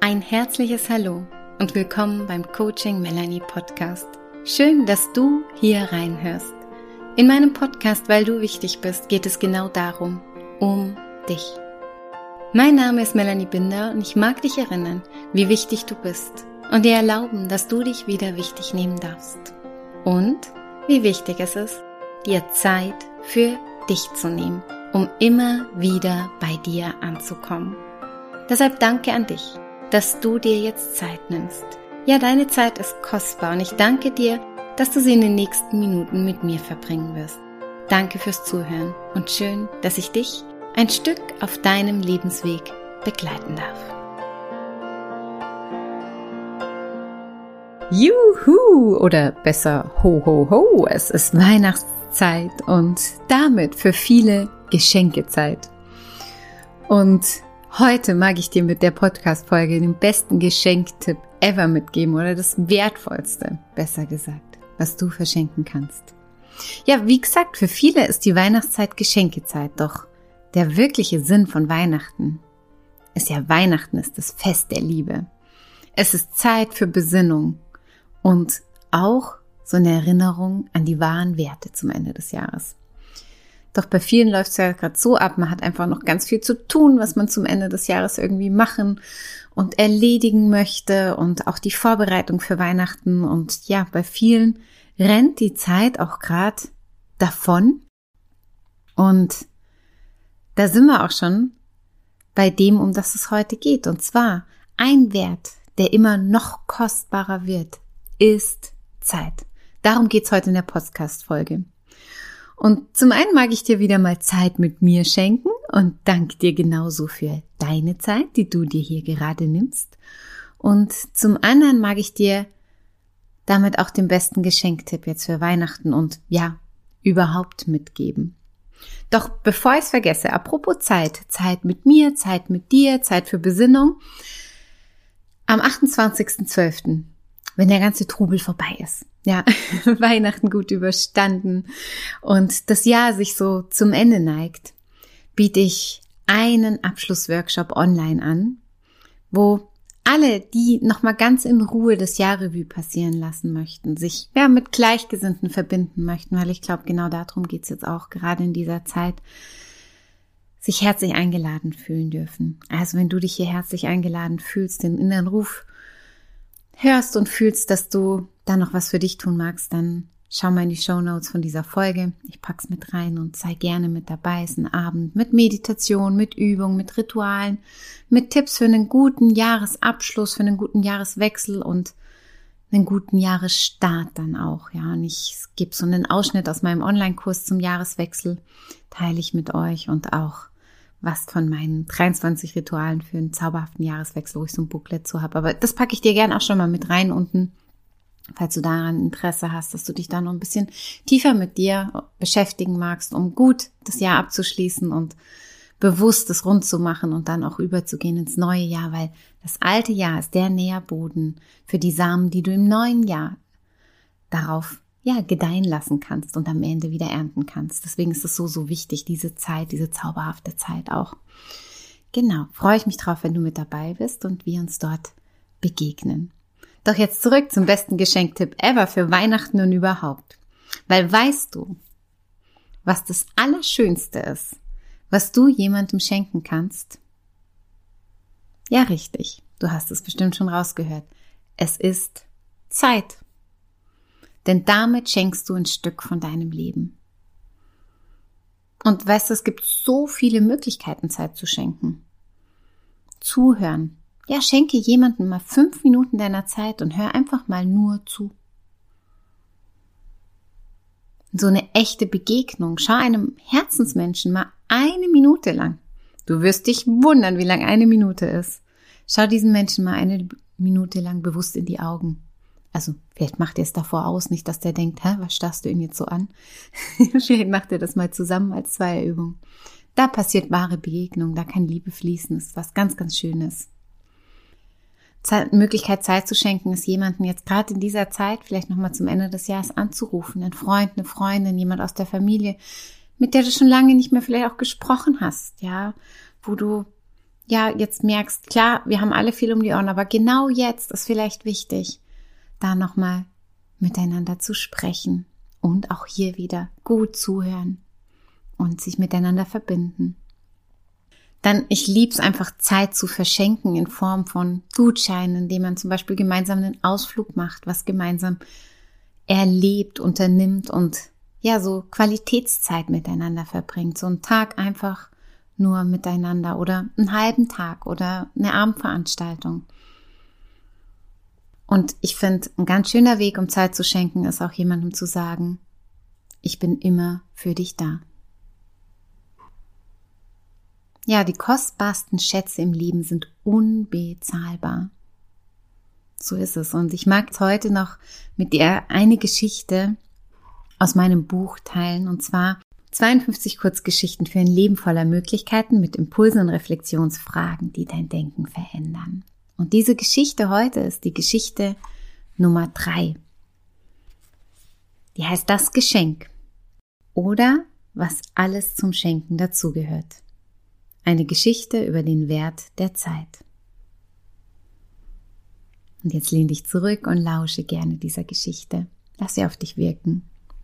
Ein herzliches Hallo und willkommen beim Coaching Melanie Podcast. Schön, dass du hier reinhörst. In meinem Podcast, weil du wichtig bist, geht es genau darum, um dich. Mein Name ist Melanie Binder und ich mag dich erinnern, wie wichtig du bist und dir erlauben, dass du dich wieder wichtig nehmen darfst. Und wie wichtig es ist, dir Zeit für dich zu nehmen, um immer wieder bei dir anzukommen. Deshalb danke an dich, dass du dir jetzt Zeit nimmst. Ja, deine Zeit ist kostbar und ich danke dir, dass du sie in den nächsten Minuten mit mir verbringen wirst. Danke fürs Zuhören und schön, dass ich dich ein Stück auf deinem Lebensweg begleiten darf. Juhu! Oder besser ho ho ho, es ist Weihnachtszeit und damit für viele Geschenkezeit. Und heute mag ich dir mit der Podcast-Folge den besten Geschenktipp ever mitgeben oder das wertvollste, besser gesagt, was du verschenken kannst. Ja, wie gesagt, für viele ist die Weihnachtszeit Geschenkezeit, doch der wirkliche Sinn von Weihnachten ist ja, Weihnachten ist das Fest der Liebe. Es ist Zeit für Besinnung und auch so eine Erinnerung an die wahren Werte zum Ende des Jahres. Doch bei vielen läuft es ja gerade so ab, man hat einfach noch ganz viel zu tun, was man zum Ende des Jahres irgendwie machen und erledigen möchte und auch die Vorbereitung für Weihnachten. Und ja, bei vielen rennt die Zeit auch gerade davon. Und da sind wir auch schon bei dem, um das es heute geht. Und zwar ein Wert, der immer noch kostbarer wird, ist Zeit. Darum geht es heute in der Podcast-Folge. Und zum einen mag ich dir wieder mal Zeit mit mir schenken und danke dir genauso für deine Zeit, die du dir hier gerade nimmst. Und zum anderen mag ich dir damit auch den besten Geschenktipp jetzt für Weihnachten und ja, überhaupt mitgeben. Doch bevor ich es vergesse, apropos Zeit, Zeit mit mir, Zeit mit dir, Zeit für Besinnung. Am 28.12., wenn der ganze Trubel vorbei ist, ja, Weihnachten gut überstanden und das Jahr sich so zum Ende neigt, biete ich einen Abschlussworkshop online an, wo alle, die nochmal ganz in Ruhe das Jahrrevue passieren lassen möchten, sich ja mit Gleichgesinnten verbinden möchten, weil ich glaube, genau darum geht's jetzt auch gerade in dieser Zeit, sich herzlich eingeladen fühlen dürfen. Also wenn du dich hier herzlich eingeladen fühlst, den inneren Ruf hörst und fühlst, dass du da noch was für dich tun magst, dann schau mal in die Shownotes von dieser Folge. Ich pack's mit rein und sei gerne mit dabei. Es ist ein Abend mit Meditation, mit Übung, mit Ritualen, mit Tipps für einen guten Jahresabschluss, für einen guten Jahreswechsel und einen guten Jahresstart dann auch. Ja, und ich gebe so einen Ausschnitt aus meinem Online-Kurs zum Jahreswechsel, teile ich mit euch und auch was von meinen 23 Ritualen für einen zauberhaften Jahreswechsel, wo ich so ein Booklet zu habe. Aber das packe ich dir gerne auch schon mal mit rein unten, falls du daran Interesse hast, dass du dich da noch ein bisschen tiefer mit dir beschäftigen magst, um gut das Jahr abzuschließen und bewusst es rund zu machen und dann auch überzugehen ins neue Jahr, weil das alte Jahr ist der Nährboden für die Samen, die du im neuen Jahr darauf gedeihen lassen kannst und am Ende wieder ernten kannst. Deswegen ist es so wichtig, diese Zeit, diese zauberhafte Zeit auch. Genau, freue ich mich drauf, wenn du mit dabei bist und wir uns dort begegnen. Doch jetzt zurück zum besten Geschenktipp ever für Weihnachten und überhaupt. Weil weißt du, was das Allerschönste ist, was du jemandem schenken kannst? Ja, richtig. Du hast es bestimmt schon rausgehört. Es ist Zeit. Denn damit schenkst du ein Stück von deinem Leben. Und weißt du, es gibt so viele Möglichkeiten, Zeit zu schenken. Zuhören. Ja, schenke jemandem mal 5 Minuten deiner Zeit und hör einfach mal nur zu. So eine echte Begegnung. Schau einem Herzensmenschen mal 1 Minute lang. Du wirst dich wundern, wie lang 1 Minute ist. Schau diesen Menschen mal 1 Minute lang bewusst in die Augen. Also vielleicht macht ihr es davor aus, nicht, dass der denkt, was starrst du ihn jetzt so an? Vielleicht macht ihr das mal zusammen als Zweierübung. Da passiert wahre Begegnung, da kann Liebe fließen, das ist was ganz, ganz Schönes. Möglichkeit, Zeit zu schenken, ist jemanden jetzt gerade in dieser Zeit, vielleicht nochmal zum Ende des Jahres anzurufen, einen Freund, eine Freundin, jemand aus der Familie, mit der du schon lange nicht mehr vielleicht auch gesprochen hast, ja, wo du ja jetzt merkst, klar, wir haben alle viel um die Ohren, aber genau jetzt ist vielleicht wichtig, da nochmal miteinander zu sprechen und auch hier wieder gut zuhören und sich miteinander verbinden. Dann, ich liebe es einfach, Zeit zu verschenken in Form von Gutscheinen, indem man zum Beispiel gemeinsam einen Ausflug macht, was gemeinsam erlebt, unternimmt und ja, so Qualitätszeit miteinander verbringt. So einen Tag einfach nur miteinander oder einen halben Tag oder eine Abendveranstaltung. Und ich finde, ein ganz schöner Weg, um Zeit zu schenken, ist auch jemandem zu sagen, ich bin immer für dich da. Ja, die kostbarsten Schätze im Leben sind unbezahlbar. So ist es. Und ich mag es heute noch mit dir eine Geschichte aus meinem Buch teilen. Und zwar 52 Kurzgeschichten für ein Leben voller Möglichkeiten mit Impulsen und Reflexionsfragen, die dein Denken verändern. Und diese Geschichte heute ist die Geschichte Nummer 3. Die heißt Das Geschenk oder was alles zum Schenken dazugehört. Eine Geschichte über den Wert der Zeit. Und jetzt lehn dich zurück und lausche gerne dieser Geschichte. Lass sie auf dich wirken.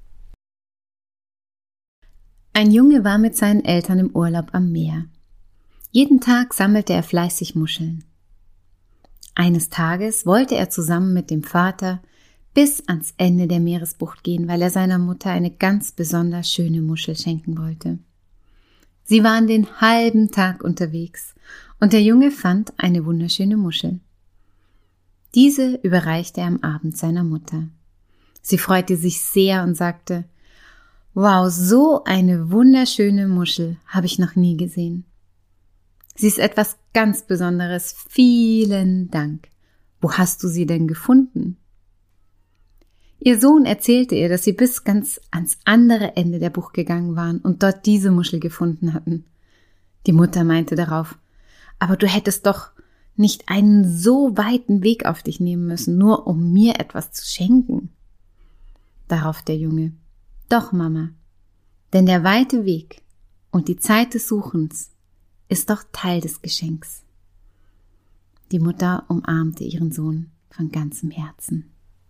Ein Junge war mit seinen Eltern im Urlaub am Meer. Jeden Tag sammelte er fleißig Muscheln. Eines Tages wollte er zusammen mit dem Vater bis ans Ende der Meeresbucht gehen, weil er seiner Mutter eine ganz besonders schöne Muschel schenken wollte. Sie waren den halben Tag unterwegs und der Junge fand eine wunderschöne Muschel. Diese überreichte er am Abend seiner Mutter. Sie freute sich sehr und sagte, wow, so eine wunderschöne Muschel habe ich noch nie gesehen. Sie ist etwas ganz Besonderes. Vielen Dank. Wo hast du sie denn gefunden? Ihr Sohn erzählte ihr, dass sie bis ganz ans andere Ende der Bucht gegangen waren und dort diese Muschel gefunden hatten. Die Mutter meinte darauf, aber du hättest doch nicht einen so weiten Weg auf dich nehmen müssen, nur um mir etwas zu schenken. Darauf der Junge, doch Mama, denn der weite Weg und die Zeit des Suchens ist doch Teil des Geschenks. Die Mutter umarmte ihren Sohn von ganzem Herzen.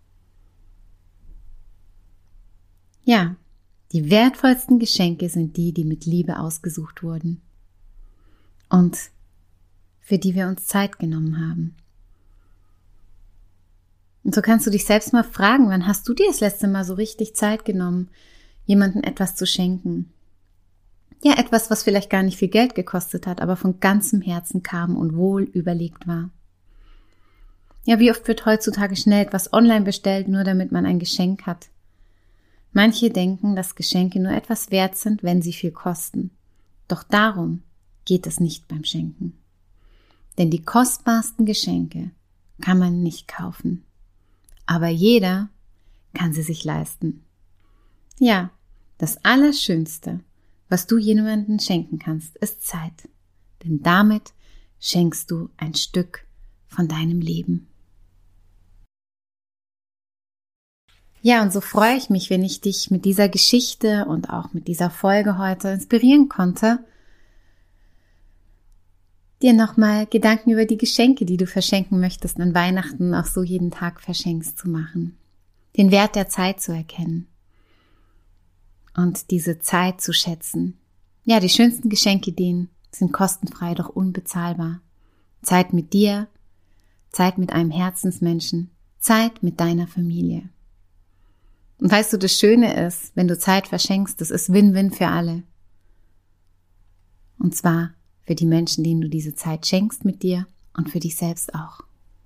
Ja, die wertvollsten Geschenke sind die, die mit Liebe ausgesucht wurden und für die wir uns Zeit genommen haben. Und so kannst du dich selbst mal fragen, wann hast du dir das letzte Mal so richtig Zeit genommen, jemandem etwas zu schenken? Ja, etwas, was vielleicht gar nicht viel Geld gekostet hat, aber von ganzem Herzen kam und wohl überlegt war. Ja, wie oft wird heutzutage schnell etwas online bestellt, nur damit man ein Geschenk hat? Manche denken, dass Geschenke nur etwas wert sind, wenn sie viel kosten. Doch darum geht es nicht beim Schenken. Denn die kostbarsten Geschenke kann man nicht kaufen. Aber jeder kann sie sich leisten. Ja, das Allerschönste, was du jemandem schenken kannst, ist Zeit. Denn damit schenkst du ein Stück von deinem Leben. Ja, und so freue ich mich, wenn ich dich mit dieser Geschichte und auch mit dieser Folge heute inspirieren konnte, dir nochmal Gedanken über die Geschenke, die du verschenken möchtest, an Weihnachten auch so jeden Tag verschenkst, zu machen. Den Wert der Zeit zu erkennen und diese Zeit zu schätzen. Ja, die schönsten Geschenkideen sind kostenfrei, doch unbezahlbar. Zeit mit dir, Zeit mit einem Herzensmenschen, Zeit mit deiner Familie. Und weißt du, das Schöne ist, wenn du Zeit verschenkst, das ist Win-Win für alle. Und zwar für die Menschen, denen du diese Zeit schenkst mit dir und für dich selbst auch.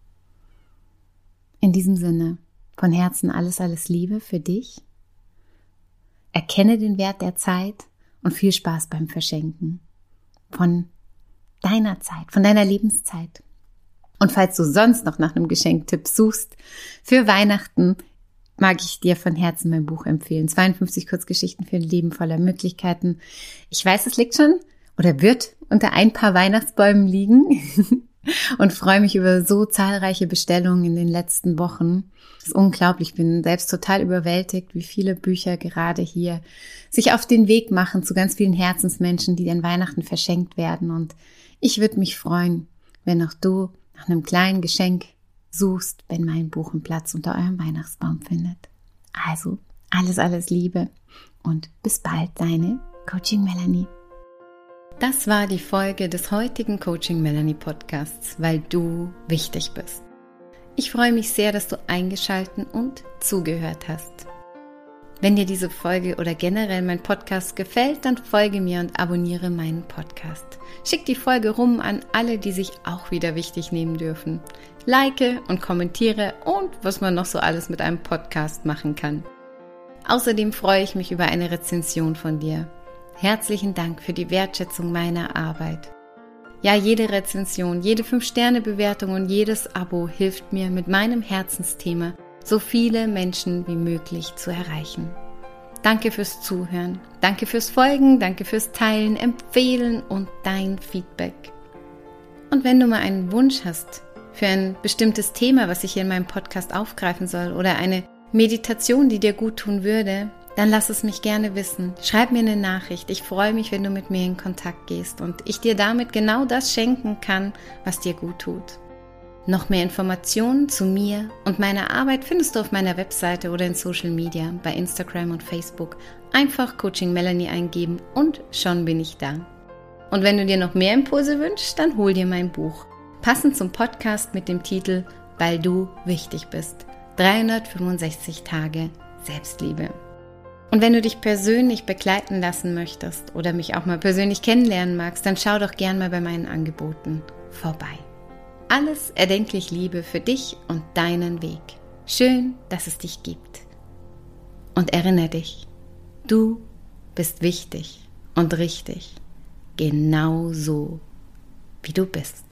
In diesem Sinne, von Herzen alles, alles Liebe für dich. Erkenne den Wert der Zeit und viel Spaß beim Verschenken. Von deiner Zeit, von deiner Lebenszeit. Und falls du sonst noch nach einem Geschenktipp suchst, für Weihnachten mag ich dir von Herzen mein Buch empfehlen. 52 Kurzgeschichten für ein Leben voller Möglichkeiten. Ich weiß, es liegt schon oder wird unter ein paar Weihnachtsbäumen liegen und freue mich über so zahlreiche Bestellungen in den letzten Wochen. Das ist unglaublich. Ich bin selbst total überwältigt, wie viele Bücher gerade hier sich auf den Weg machen zu ganz vielen Herzensmenschen, die an Weihnachten verschenkt werden. Und Ich würde mich freuen, wenn auch du nach einem kleinen Geschenk suchst, wenn mein Buch einen Platz unter eurem Weihnachtsbaum findet. Also, alles Liebe und bis bald, deine Coaching Melanie. Das war die Folge des heutigen Coaching Melanie Podcasts, weil du wichtig bist. Ich freue mich sehr, dass du eingeschaltet und zugehört hast. Wenn dir diese Folge oder generell mein Podcast gefällt, dann folge mir und abonniere meinen Podcast. Schick die Folge rum an alle, die sich auch wieder wichtig nehmen dürfen. Like und kommentiere und was man noch so alles mit einem Podcast machen kann. Außerdem freue ich mich über eine Rezension von dir. Herzlichen Dank für die Wertschätzung meiner Arbeit. Ja, jede Rezension, jede 5-Sterne-Bewertung und jedes Abo hilft mir, mit meinem Herzensthema so viele Menschen wie möglich zu erreichen. Danke fürs Zuhören, danke fürs Folgen, danke fürs Teilen, Empfehlen und dein Feedback. Und wenn du mal einen Wunsch hast für ein bestimmtes Thema, was ich hier in meinem Podcast aufgreifen soll oder eine Meditation, die dir gut tun würde, dann lass es mich gerne wissen. Schreib mir eine Nachricht. Ich freue mich, wenn du mit mir in Kontakt gehst und ich dir damit genau das schenken kann, was dir gut tut. Noch mehr Informationen zu mir und meiner Arbeit findest du auf meiner Webseite oder in Social Media, bei Instagram und Facebook. Einfach Coaching Melanie eingeben und schon bin ich da. Und wenn du dir noch mehr Impulse wünschst, dann hol dir mein Buch. Passend zum Podcast mit dem Titel Weil du wichtig bist. 365 Tage Selbstliebe. Und wenn du dich persönlich begleiten lassen möchtest oder mich auch mal persönlich kennenlernen magst, dann schau doch gern mal bei meinen Angeboten vorbei. Alles erdenklich Liebe für dich und deinen Weg. Schön, dass es dich gibt. Und erinnere dich, du bist wichtig und richtig, genau so, wie du bist.